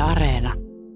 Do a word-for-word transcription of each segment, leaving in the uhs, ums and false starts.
Areena.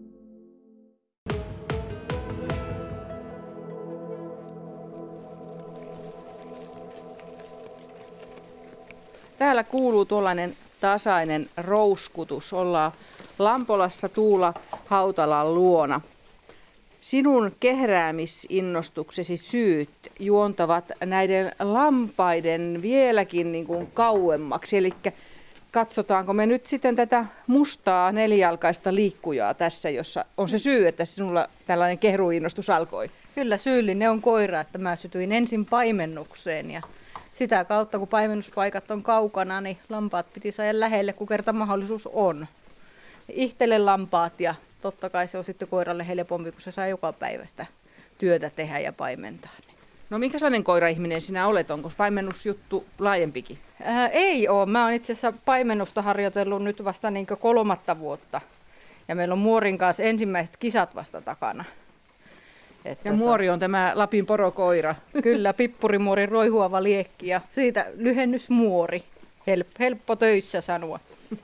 Täällä kuuluu tuollainen tasainen rouskutus. Ollaan Lampolassa Tuula Hautalan luona. Sinun kehräämisinnostuksesi syyt juontavat näiden lampaiden vieläkin niin kuin kauemmaksi. Eli katsotaanko me nyt sitten tätä mustaa nelijalkaista liikkujaa tässä, jossa on se syy, että sinulla tällainen kehruinnostus alkoi. Kyllä syyllinen on koira, että mä sytyin ensin paimennukseen ja sitä kautta kun paimennuspaikat on kaukana, niin lampaat piti saada lähelle, kun kerta mahdollisuus on. Ihtele lampaat ja totta kai se on sitten koiralle helpompi, kun se saa joka päivästä työtä tehdä ja paimentaa. No minkälainen koira-ihminen sinä olet? Onko paimennusjuttu laajempikin? Ää, ei ole. Mä oon itse asiassa paimennusta harjoitellut nyt vasta niin kolmatta vuotta. Ja meillä on Muorin kanssa ensimmäiset kisat vasta takana. Että ja Muori on tämä Lapin porokoira. Kyllä, pippurimuorin roihuava liekki ja siitä lyhennys Muori. Help, helppo töissä sanoa.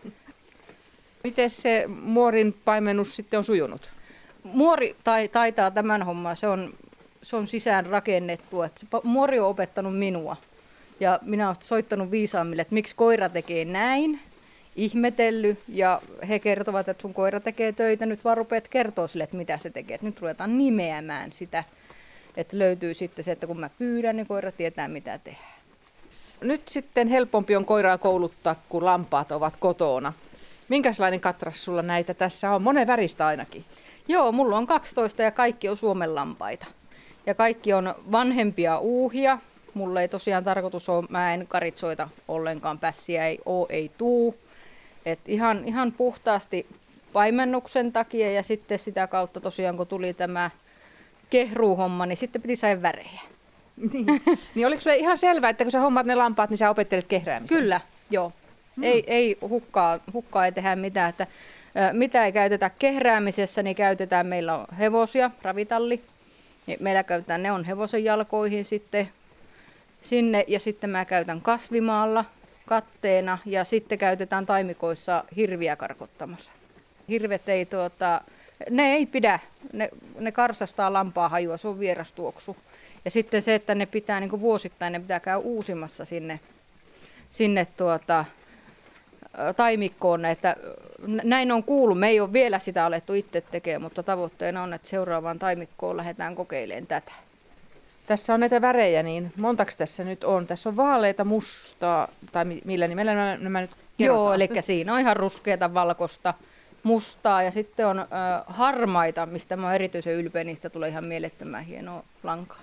Miten se Muorin paimennus sitten on sujunut? Muori tai, taitaa tämän homman, se on, se on sisään rakennettu. Että Muori on opettanut minua ja minä olen soittanut viisaammille, että miksi koira tekee näin, ihmetellyt ja he kertovat, että sun koira tekee töitä, nyt vaan rupeat kertoa sille, että mitä se tekee. Että nyt ruvetaan nimeämään sitä, että löytyy sitten se, että kun mä pyydän, niin koira tietää mitä tehdään. Nyt sitten helpompi on koiraa kouluttaa, kun lampaat ovat kotona. Minkälainen katras sulla näitä tässä on? Monen väristä ainakin. Joo, mulla on kaksitoista ja kaikki on Suomen lampaita. Ja kaikki on vanhempia uuhia. Mulla ei tosiaan tarkoitus ole, mä en karitsoita ollenkaan, pässiä ei oo, ei tuu. Et ihan, ihan puhtaasti paimennuksen takia ja sitten sitä kautta tosiaan kun tuli tämä kehruuhomma, niin sitten piti saada värejä. Niin. niin oliko sulle ihan selvää, että kun sä hommaat ne lampaat, niin sä opettelet kehräämisen? Kyllä, joo. Hmm. Ei, ei hukkaa, hukkaa ei tehdä mitään. Että, ä, mitä ei käytetä kehräämisessä, niin käytetään, meillä on hevosia, ravitalli. Niin meillä käytetään, ne on hevosen jalkoihin sitten sinne ja sitten mä käytän kasvimaalla katteena ja sitten käytetään taimikoissa hirviä karkottamassa. Hirvet ei tuota, ne ei pidä, ne, ne karsastaa lampaa hajua, se on vieras tuoksu. Ja sitten se, että ne pitää niin kuin vuosittain, ne pitää käydä uusimassa sinne, sinne tuota, taimikkoon, että näin on kuullut. Me ei ole vielä sitä alettu itse tekemään, mutta tavoitteena on, että seuraavaan taimikkoon lähdetään kokeilemaan tätä. Tässä on näitä värejä, niin montaks tässä nyt on? Tässä on vaaleita, mustaa, tai millä nimellä nämä, nämä nyt kerrotaan? Joo, eli siinä on ihan ruskeata, valkoista, mustaa ja sitten on ö, harmaita, mistä mä oon erityisen ylpeä, niistä tulee ihan mielettömän hienoa lankaa.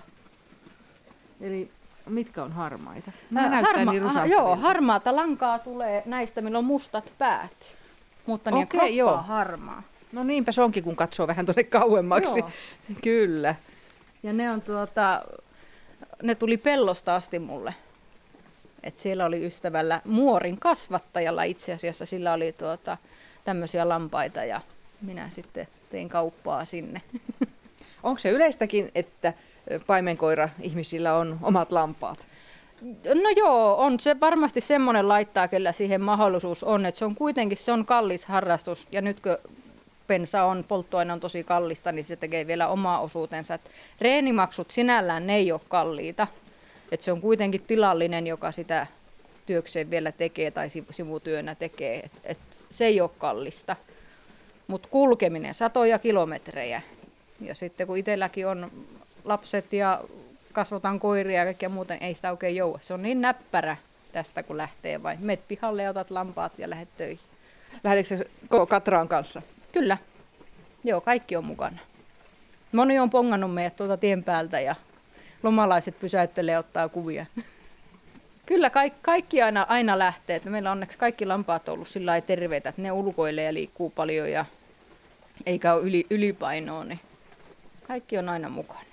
Eli mitkä on harmaita? Nämä näyttää niin rusattavilta. Joo, harmaata lankaa tulee näistä, millä on mustat päät, mutta niin kroppa on harmaa. No niinpä se onkin, kun katsoo vähän tuonne kauemmaksi. Joo. Kyllä. Ja ne on tuota, ne tuli pellosta asti mulle. Et siellä oli ystävällä Muorin kasvattajalla itse asiassa, sillä oli tuota, tämmöisiä lampaita ja minä sitten tein kauppaa sinne. Onko se yleistäkin, että paimenkoira ihmisillä on omat lampaat? No joo, on se varmasti semmoinen laittaa, kyllä siihen mahdollisuus on, että se on kuitenkin se on kallis harrastus ja nyt kun bensa on, polttoaine on tosi kallista, niin se tekee vielä omaa osuutensa. Et reenimaksut sinällään ne ei ole kalliita, että se on kuitenkin tilallinen, joka sitä työkseen vielä tekee tai sivutyönä tekee, et, et se ei ole kallista. Mutta kulkeminen satoja kilometrejä ja sitten kun itselläkin on lapset ja kasvataan koiria ja kaikkea muuta, niin ei sitä oikein joua. Se on niin näppärä tästä, kun lähtee vain. Meet pihalle ja otat lampaat ja lähdet töihin. Lähdetkö koko Katraan kanssa? Kyllä. Joo, kaikki on mukana. Moni on pongannut meidät tuolta tien päältä ja lomalaiset pysäyttelee ja ottaa kuvia. Kyllä kaikki, kaikki aina, aina lähtee. Meillä on onneksi kaikki lampaat on ollut sillä lailla terveitä, että ne ulkoilee ja liikkuu paljon ja eikä ole yli, ylipainoa, niin kaikki on aina mukana.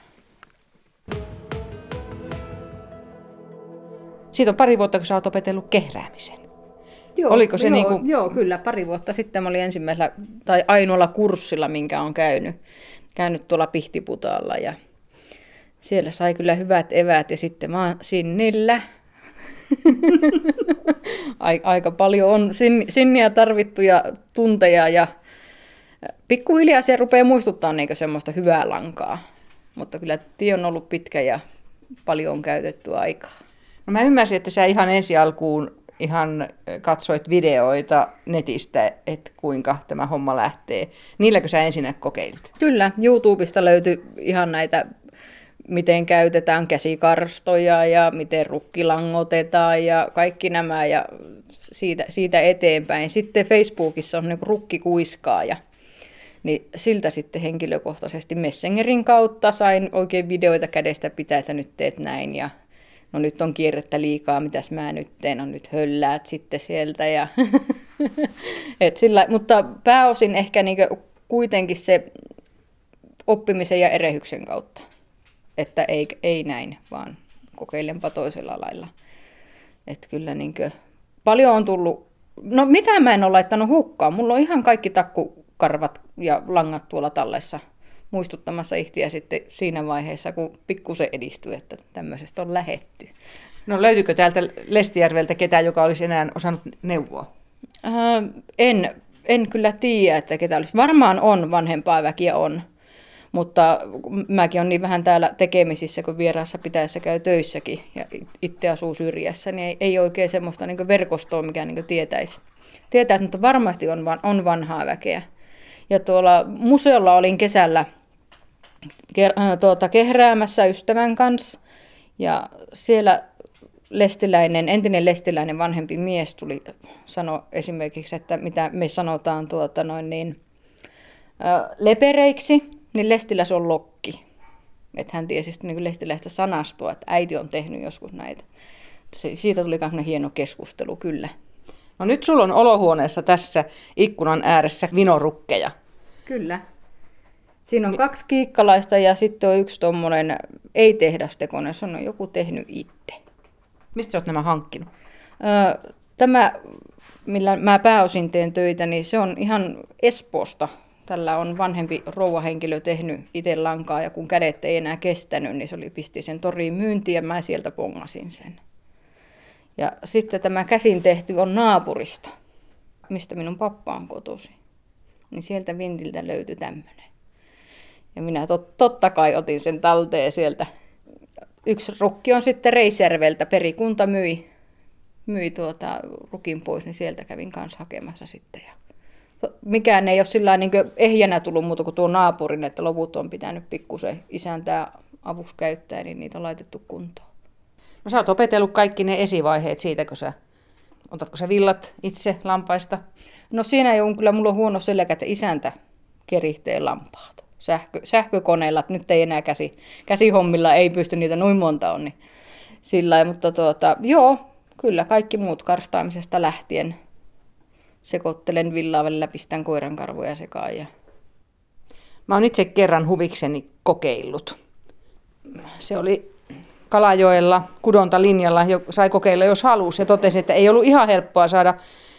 Siitä on pari vuotta, kun sä oot opetellut kehräämisen. Joo, Oliko se joo, niin kuin... joo, kyllä. Pari vuotta sitten mä olin ensimmäisellä tai ainoalla kurssilla, minkä olen käynyt, käynyt tuolla Pihtiputaalla. Ja siellä sai kyllä hyvät eväät ja sitten mä oon sinnillä. Aika paljon on sinniä tarvittuja tunteja ja pikkuhiljaa se rupeaa muistuttaa niin semmoista hyvää lankaa, mutta kyllä tie on ollut pitkä ja paljon on käytetty aikaa. No mä ymmärsin, että sä ihan ensi alkuun ihan katsoit videoita netistä, että kuinka tämä homma lähtee. Niilläkö sä ensin kokeilit? Kyllä, YouTubesta löytyi ihan näitä, miten käytetään käsikarstoja ja miten rukki langotetaan ja kaikki nämä ja siitä, siitä eteenpäin. Sitten Facebookissa on niin rukkikuiskaaja. Niin siltä sitten henkilökohtaisesti Messengerin kautta sain oikein videoita kädestä pitää, että nyt teet näin ja no nyt on kierrettä liikaa, mitäs mä nyt teen, no nyt hölläät sitten sieltä. Ja Et sillä, mutta pääosin ehkä niinku kuitenkin se oppimisen ja erehyksen kautta, että ei, ei näin, vaan kokeilenpa toisella lailla. Että kyllä niinku, paljon on tullut, no mitä mä en ole laittanut hukkaan, mulla on ihan kaikki takkukarvat ja langat tuolla tallessa muistuttamassa ihtiä sitten siinä vaiheessa, kun pikkusen edistyy, että tämmöisestä on lähetty. No löytyykö täältä Lestijärveltä ketään, joka olisi enää osannut neuvoa? Äh, en, en kyllä tiedä, että ketä olisi. Varmaan on, vanhempaa väkiä on, mutta mäkin olen niin vähän täällä tekemisissä, kun vieraassa pitäessä käy töissäkin ja itse asuu syrjässä, niin ei, ei oikein semmoista niin verkostoa, mikä niin tietäisi. Tietäisi, mutta varmasti on, on vanhaa väkeä. Ja tuolla museolla olin kesällä tuota, kehräämässä ystävän kanssa ja siellä lestiläinen, entinen lestiläinen vanhempi mies tuli sanoa esimerkiksi, että mitä me sanotaan tuota noin niin, ä, lepereiksi, niin lestillä se on lokki. Että hän tiesi sitten niin lestiläistä sanastoa, että äiti on tehnyt joskus näitä. Se, siitä tuli myös hieno keskustelu, kyllä. No nyt sulla on olohuoneessa tässä ikkunan ääressä vinorukkeja. Kyllä. Siinä on kaksi kiikkalaista ja sitten on yksi tuommoinen ei-tehdastekoinen, se on joku tehnyt itse. Mistä sä oot nämä hankkinut? Tämä, millä mä pääosin teen töitä, niin se on ihan Espoosta. Tällä on vanhempi rouvahenkilö tehnyt itse lankaa ja kun kädet ei enää kestänyt, niin se oli pisti sen toriin myyntiin ja mä sieltä pongasin sen. Ja sitten tämä käsin tehty on naapurista, mistä minun pappa on kotoisin. Niin sieltä vintiltä löytyi tämmöinen. Ja minä tot, totta kai otin sen talteen sieltä. Yksi rukki on sitten Reisjärveltä, perikunta myi, myi tuota rukin pois, niin sieltä kävin kanssa hakemassa sitten. Ja mikään ei ole sillä niin ehjänä tullut muuta kuin tuo naapurin, että loput on pitänyt pikkusen isäntää avuksi käyttää, niin niitä on laitettu kuntoon. No sä oot opetellut kaikki ne esivaiheet siitä, kun sä, otatko sä villat itse lampaista? No siinä ei ole, kyllä mulla on huono selkä, että isäntä kerihtee lampaat. Sähkö, sähkökoneilla, että nyt ei enää käsi, käsihommilla, ei pysty niitä noin monta on. Niin sillä mutta tuota, joo, kyllä kaikki muut karstaamisesta lähtien. Sekoittelen villaa, välillä pistän koiran karvoja sekaan. Ja... Mä oon itse kerran huvikseni kokeillut. Se oli Kalajoella, Kudontalinjalla, sai kokeilla jos halusi ja totesi, että ei ollut ihan helppoa saada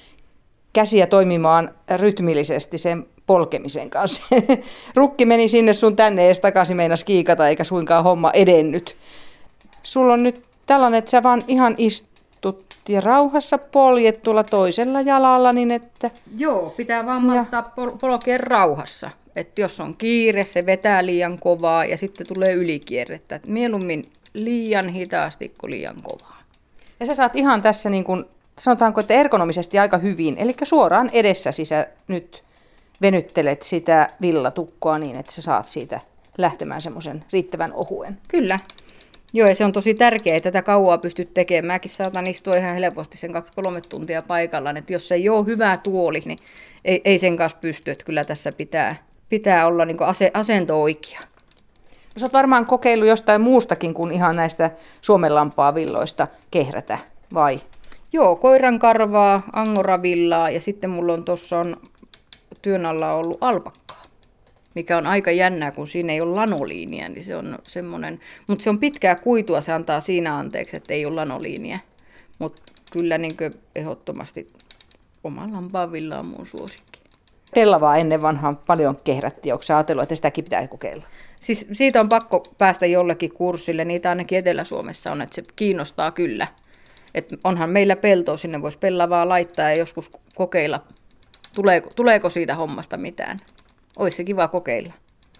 käsiä toimimaan rytmillisesti sen polkemisen kanssa. Rukki meni sinne sun tänne ees takaisin meinas kiikata eikä suinkaan homma edennyt. Sulla on nyt tällainen, että sä vaan ihan istut ja rauhassa poljet tuolla toisella jalalla niin että... Joo, pitää vaan malttaa pol- polkea rauhassa. Että jos on kiire, se vetää liian kovaa ja sitten tulee ylikierrettä. Et mieluummin liian hitaasti kuin liian kovaa. Ja sä saat ihan tässä niin kuin, sanotaanko, että ergonomisesti aika hyvin, eli suoraan edessäsi sä nyt venyttelet sitä villatukkoa niin, että sä saat siitä lähtemään semmoisen riittävän ohuen. Kyllä. Joo, ja se on tosi tärkeää, että tätä kauaa pystyt tekemään. Mäkin saatan istua ihan helposti sen kaksi kolme tuntia paikallaan. Että jos ei ole hyvä tuoli, niin ei, ei sen kanssa pysty. Että kyllä tässä pitää, pitää olla niin kuin ase, asento oikea. No, sä oot varmaan kokeillut jostain muustakin kuin ihan näistä suomenlampaa villoista kehrätä, vai? Joo, koiran karvaa, angoravillaa ja sitten mulla on tuossa on työn alla ollut alpakkaa, mikä on aika jännää, kun siinä ei ole lanoliinia, niin se on semmoinen, mutta se on pitkää kuitua, se antaa siinä anteeksi, että ei ole lanoliinia, mutta kyllä niin kuin ehdottomasti oman lampaan villa on mun suosikki. Pellavaa ennen vanhaan paljon kehrättiin, onko sä ajatellut, että sitäkin pitää kokeilla? Siis siitä on pakko päästä jollekin kurssille, niitä ainakin Etelä-Suomessa on, että se kiinnostaa kyllä. Et onhan meillä peltoa, sinne voisi pellavaa laittaa ja joskus kokeilla, tuleeko, tuleeko siitä hommasta mitään. Olisi se kiva kokeilla.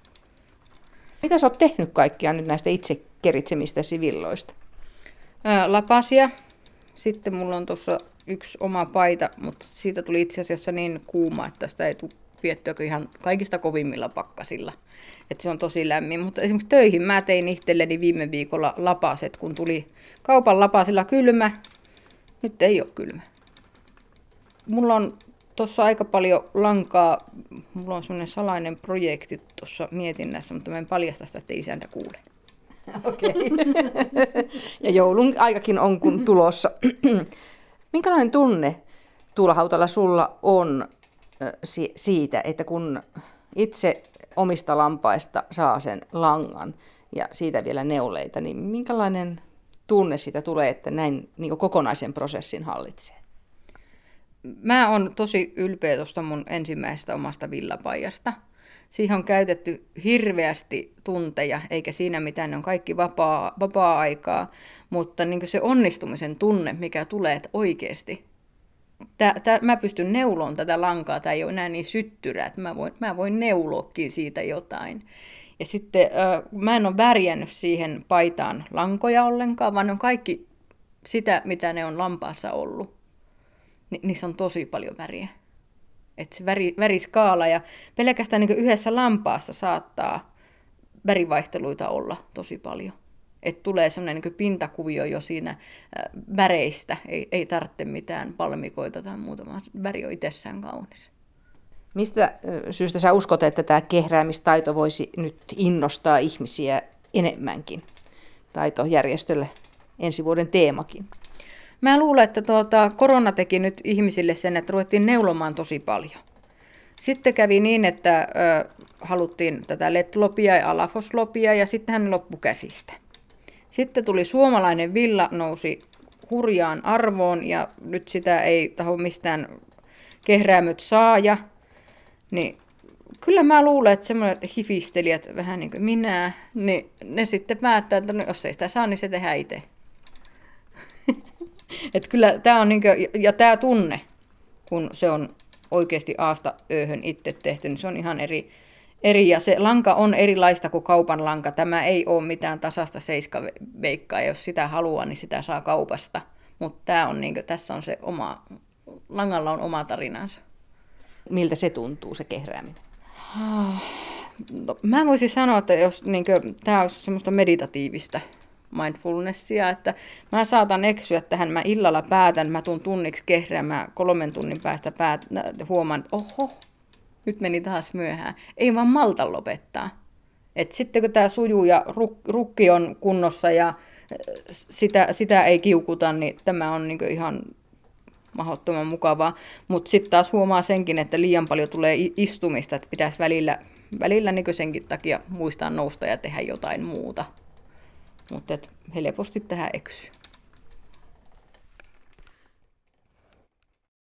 Mitä sä oot tehnyt kaikkia nyt näistä itse keritsemistä villoista? Ää, lapasia. Sitten mulla on tuossa yksi oma paita, mutta siitä tuli itse asiassa niin kuuma, että sitä ei tule viettyä ihan kaikista kovimmilla pakkasilla. Että se on tosi lämmin. Mutta esimerkiksi töihin mä tein itselleni viime viikolla lapaset, kun tuli kaupan lapasilla kylmä. Nyt ei ole kylmä. Mulla on tuossa aika paljon lankaa. Mulla on semmoinen salainen projekti tuossa mietinnässä, mutta mä en paljasta sitä, että isäntä kuule. Okei. Okay. Ja joulun aikakin on kun tulossa. Minkälainen tunne, Tuula Hautala, sulla on siitä, että kun itse omista lampaista saa sen langan ja siitä vielä neuleita, niin minkälainen tunne siitä tulee, että näin niin kokonaisen prosessin hallitsee? Mä oon tosi ylpeä tuosta mun ensimmäisestä omasta villapaijasta. Siihen on käytetty hirveästi tunteja, eikä siinä mitään, ne on kaikki vapaa, vapaa-aikaa, mutta niin se onnistumisen tunne, mikä tulee, että oikeasti tää, tää, mä pystyn neuloon tätä lankaa, tämä ei ole enää niin syttyrä, että mä voin, mä voin neuloakin siitä jotain. Ja sitten äh, mä en ole värjännyt siihen paitaan lankoja ollenkaan, vaan ne on kaikki sitä, mitä ne on lampaassa ollut. Ni, niissä on tosi paljon väriä. Että se väri, väriskaala ja pelkästään niin yhdessä lampaassa saattaa värivaihteluita olla tosi paljon. Että tulee semmoinen niin pintakuvio jo siinä väreistä, ei, ei tarvitse mitään palmikoita tai muuta, vaan väri on itsessään kaunis. Mistä syystä sä uskot, että tämä kehräämistaito voisi nyt innostaa ihmisiä enemmänkin? Taitojärjestölle ensi vuoden teemakin. Mä luulen, että tuota, korona teki nyt ihmisille sen, että ruvettiin neulomaan tosi paljon. Sitten kävi niin, että ö, haluttiin tätä letlopia ja alafoslopia ja sitten hän loppui käsistä. Sitten tuli suomalainen villa, nousi hurjaan arvoon ja nyt sitä ei taho mistään kehräämöt saaja. Niin kyllä mä luulen, että semmoiset hifistelijät, vähän niin kuin minä, niin ne sitten päättää, että no, jos ei sitä saa, niin se tehdään itse. Että kyllä tämä on niin kuin, ja tämä tunne, kun se on oikeasti aasta ööhön itse tehty, niin se on ihan eri, eri. Ja se lanka on erilaista kuin kaupan lanka. Tämä ei ole mitään tasasta seiskaveikkaa, ja jos sitä haluaa, niin sitä saa kaupasta. Mutta tämä on niin kuin, tässä on se oma, langalla on oma tarinansa. Miltä se tuntuu, se kehrääminen? No, mä voisin sanoa, että jos niin kuin, tämä olisi semmoista meditatiivista mindfulnessia, että mä saatan eksyä tähän, mä illalla päätän, mä tuun tunniksi kehräämään, kolmen tunnin päästä päät, huomaan, että oho, nyt meni taas myöhään. Ei vaan malta lopettaa. Et sitten kun tämä sujuu ja ruk, rukki on kunnossa ja sitä, sitä ei kiukuta, niin tämä on niinku ihan mahdottoman mukavaa. Mutta sitten taas huomaa senkin, että liian paljon tulee istumista, että pitäisi välillä, välillä niinku senkin takia muistaa nousta ja tehdä jotain muuta. Mutta helposti tähän eksyy.